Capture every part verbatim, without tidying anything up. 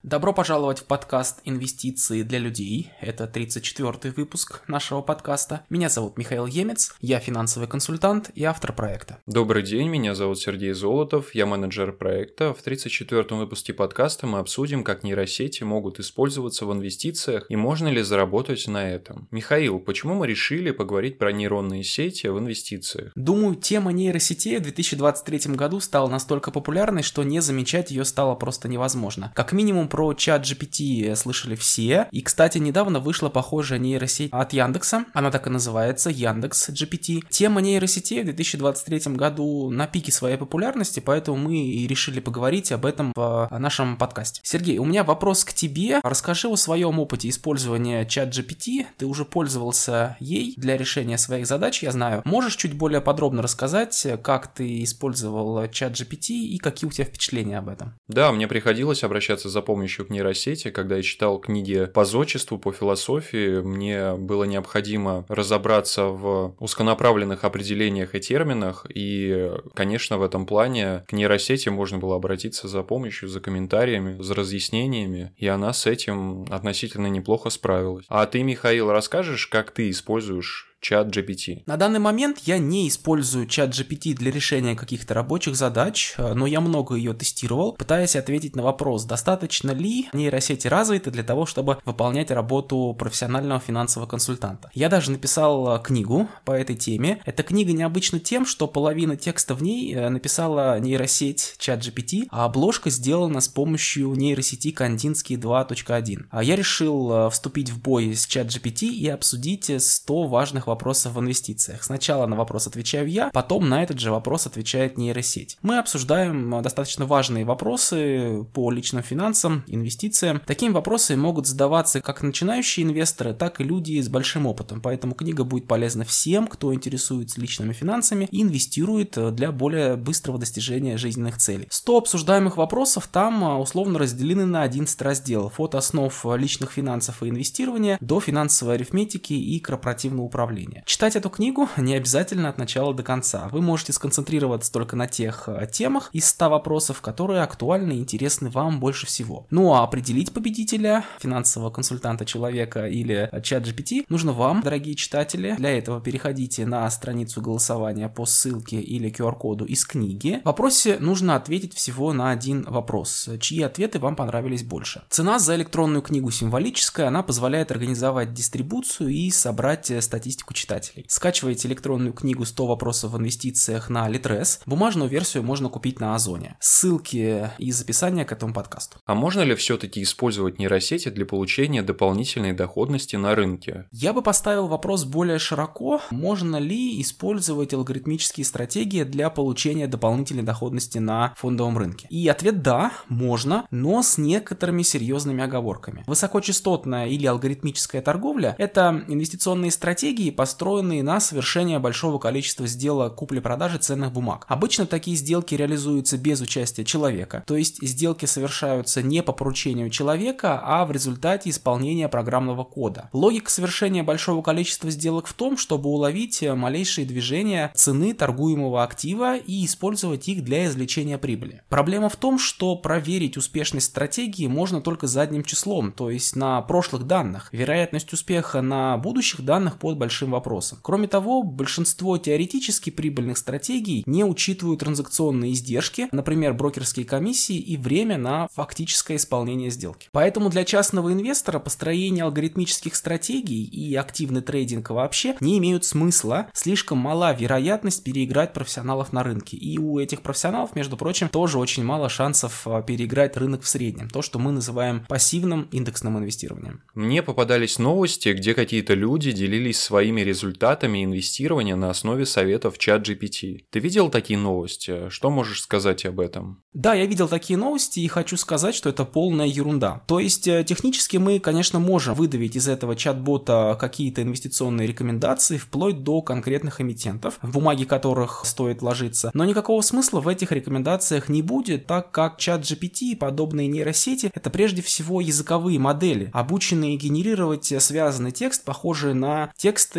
Добро пожаловать в подкаст «Инвестиции для людей». Это тридцать четвёртый выпуск нашего подкаста. Меня зовут Михаил Емец, я финансовый консультант и автор проекта. Добрый день, меня зовут Сергей Золотов, я менеджер проекта. В тридцать четвёртом выпуске подкаста мы обсудим, как нейросети могут использоваться в инвестициях и можно ли заработать на этом. Михаил, почему мы решили поговорить про нейронные сети в инвестициях? Думаю, тема нейросетей в две тысячи двадцать третьем году стала настолько популярной, что не замечать ее стало просто невозможно. Как минимум про чат джи пи ти слышали все. И, кстати, недавно вышла похожая нейросеть от Яндекса. Она так и называется, Яндекс джи пи ти. Тема нейросетей в две тысячи двадцать третьем году на пике своей популярности, поэтому мы и решили поговорить об этом в нашем подкасте. Сергей, у меня вопрос к тебе. Расскажи о своем опыте использования чат джи пи ти. Ты уже пользовался ей для решения своих задач, я знаю. Можешь чуть более подробно рассказать, как ты использовал чат джи пи ти и какие у тебя впечатления об этом? Да, мне приходилось обращаться за помощью к нейросети, когда я читал книги по зодчеству, по философии, мне было необходимо разобраться в узконаправленных определениях и терминах, и, конечно, в этом плане к нейросети можно было обратиться за помощью, за комментариями, за разъяснениями, и она с этим относительно неплохо справилась. А ты, Михаил, расскажешь, как ты используешь чат джи пи ти? На данный момент я не использую чат джи пи ти для решения каких-то рабочих задач, но я много ее тестировал, пытаясь ответить на вопрос, достаточно ли нейросети развиты для того, чтобы выполнять работу профессионального финансового консультанта. Я даже написал книгу по этой теме. Эта книга необычна тем, что половина текста в ней написала нейросеть чат джи пи ти, а обложка сделана с помощью нейросети Кандинский два точка один. Я решил вступить в бой с чат джи пи ти и обсудить сто важных вопросов в инвестициях. Сначала на вопрос отвечаю я, потом на этот же вопрос отвечает нейросеть. Мы обсуждаем достаточно важные вопросы по личным финансам, инвестициям. Такие вопросы могут задаваться как начинающие инвесторы, так и люди с большим опытом. Поэтому книга будет полезна всем, кто интересуется личными финансами и инвестирует для более быстрого достижения жизненных целей. сто обсуждаемых вопросов там условно разделены на одиннадцать разделов. От основ личных финансов и инвестирования до финансовой арифметики и корпоративного управления. Читать эту книгу не обязательно от начала до конца. Вы можете сконцентрироваться только на тех темах из ста вопросов, которые актуальны и интересны вам больше всего. Ну а определить победителя, финансового консультанта человека или чат джи пи ти нужно вам, дорогие читатели. Для этого переходите на страницу голосования по ссылке или ку ар-коду из книги. В вопросе нужно ответить всего на один вопрос. Чьи ответы вам понравились больше? Цена за электронную книгу символическая, она позволяет организовать дистрибуцию и собрать статистику читателей. Скачивайте электронную книгу сто вопросов в инвестициях на Литрес. Бумажную версию можно купить на Озоне. Ссылки из описания к этому подкасту. А можно ли все-таки использовать нейросети для получения дополнительной доходности на рынке? Я бы поставил вопрос более широко. Можно ли использовать алгоритмические стратегии для получения дополнительной доходности на фондовом рынке? И ответ да, можно, но с некоторыми серьезными оговорками. Высокочастотная или алгоритмическая торговля – это инвестиционные стратегии, построенные на совершении большого количества сделок купли-продажи ценных бумаг. Обычно такие сделки реализуются без участия человека, то есть сделки совершаются не по поручению человека, а в результате исполнения программного кода. Логика совершения большого количества сделок в том, чтобы уловить малейшие движения цены торгуемого актива и использовать их для извлечения прибыли. Проблема в том, что проверить успешность стратегии можно только задним числом, то есть на прошлых данных. Вероятность успеха на будущих данных под большим вопросом. Кроме того, большинство теоретически прибыльных стратегий не учитывают транзакционные издержки, например, брокерские комиссии и время на фактическое исполнение сделки. Поэтому для частного инвестора построение алгоритмических стратегий и активный трейдинг вообще не имеют смысла, слишком мала вероятность переиграть профессионалов на рынке. И у этих профессионалов, между прочим, тоже очень мало шансов переиграть рынок в среднем, то, что мы называем пассивным индексным инвестированием. Мне попадались новости, где какие-то люди делились своими результатами инвестирования на основе советов чат джи пи ти. Ты видел такие новости? Что можешь сказать об этом? Да, я видел такие новости и хочу сказать, что это полная ерунда. То есть технически мы, конечно, можем выдавить из этого чат-бота какие-то инвестиционные рекомендации вплоть до конкретных эмитентов, в бумаги которых стоит вложиться, но никакого смысла в этих рекомендациях не будет, так как чат джи пи ти и подобные нейросети — это прежде всего языковые модели, обученные генерировать связанный текст, похожий на тексты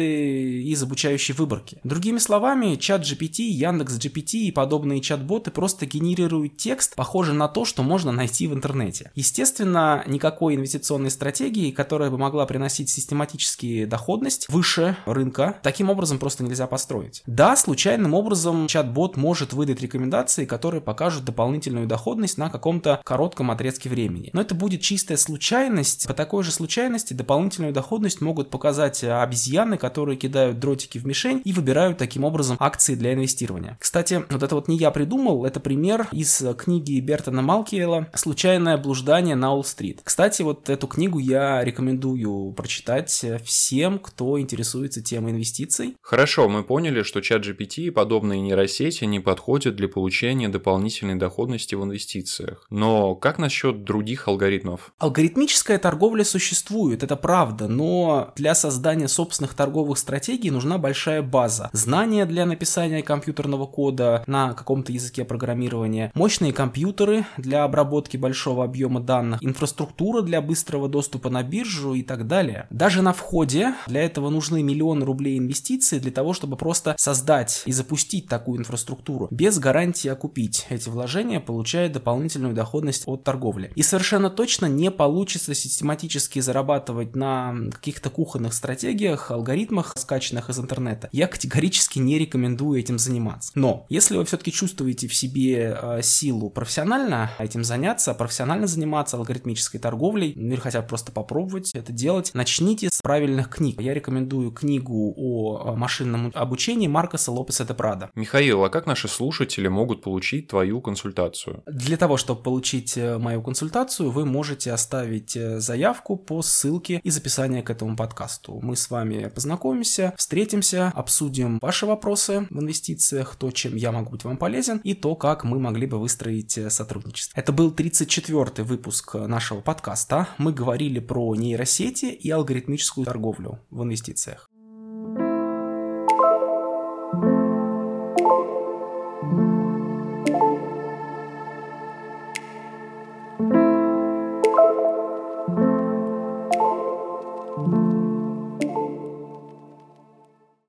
отчеты из обучающей выборки. Другими словами, ChatGPT, Яндекс.джи пи ти и подобные чат-боты просто генерируют текст, похожий на то, что можно найти в интернете. Естественно, никакой инвестиционной стратегии, которая бы могла приносить систематически доходность выше рынка, таким образом просто нельзя построить. Да, случайным образом чат-бот может выдать рекомендации, которые покажут дополнительную доходность на каком-то коротком отрезке времени. Но это будет чистая случайность. По такой же случайности дополнительную доходность могут показать обезьяны, которые кидают дротики в мишень и выбирают таким образом акции для инвестирования. Кстати, вот это вот не я придумал, это пример из книги Бертона Малкиэла «Случайное блуждание на Уолл-стрит». Кстати, вот эту книгу я рекомендую прочитать всем, кто интересуется темой инвестиций. Хорошо, мы поняли, что ChatGPT и подобные нейросети не подходят для получения дополнительной доходности в инвестициях. Но как насчет других алгоритмов? Алгоритмическая торговля существует, это правда, но для создания собственных торговых стратегий нужна большая база. Знания для написания компьютерного кода на каком-то языке программирования, мощные компьютеры для обработки большого объема данных, инфраструктура для быстрого доступа на биржу и так далее. Даже на входе для этого нужны миллионы рублей инвестиций для того, чтобы просто создать и запустить такую инфраструктуру. Без гарантии окупить эти вложения, получая дополнительную доходность от торговли. И совершенно точно не получится систематически зарабатывать на каких-то кухонных стратегиях, алгоритмах, скачанных из интернета. Я категорически не рекомендую этим заниматься. Но если вы все-таки чувствуете в себе э, силу профессионально этим заняться, профессионально заниматься алгоритмической торговлей, ну или хотя бы просто попробовать это делать, начните с правильных книг. Я рекомендую книгу о машинном обучении Маркоса Лопеса де Прадо. Михаил, а как наши слушатели могут получить твою консультацию? Для того, чтобы получить мою консультацию, вы можете оставить заявку по ссылке из описания к этому подкасту. Мы с вами познакомимся, встретимся, обсудим ваши вопросы в инвестициях, то, чем я могу быть вам полезен, и то, как мы могли бы выстроить сотрудничество. Это был тридцать четвёртый выпуск нашего подкаста. Мы говорили про нейросети и алгоритмическую торговлю в инвестициях.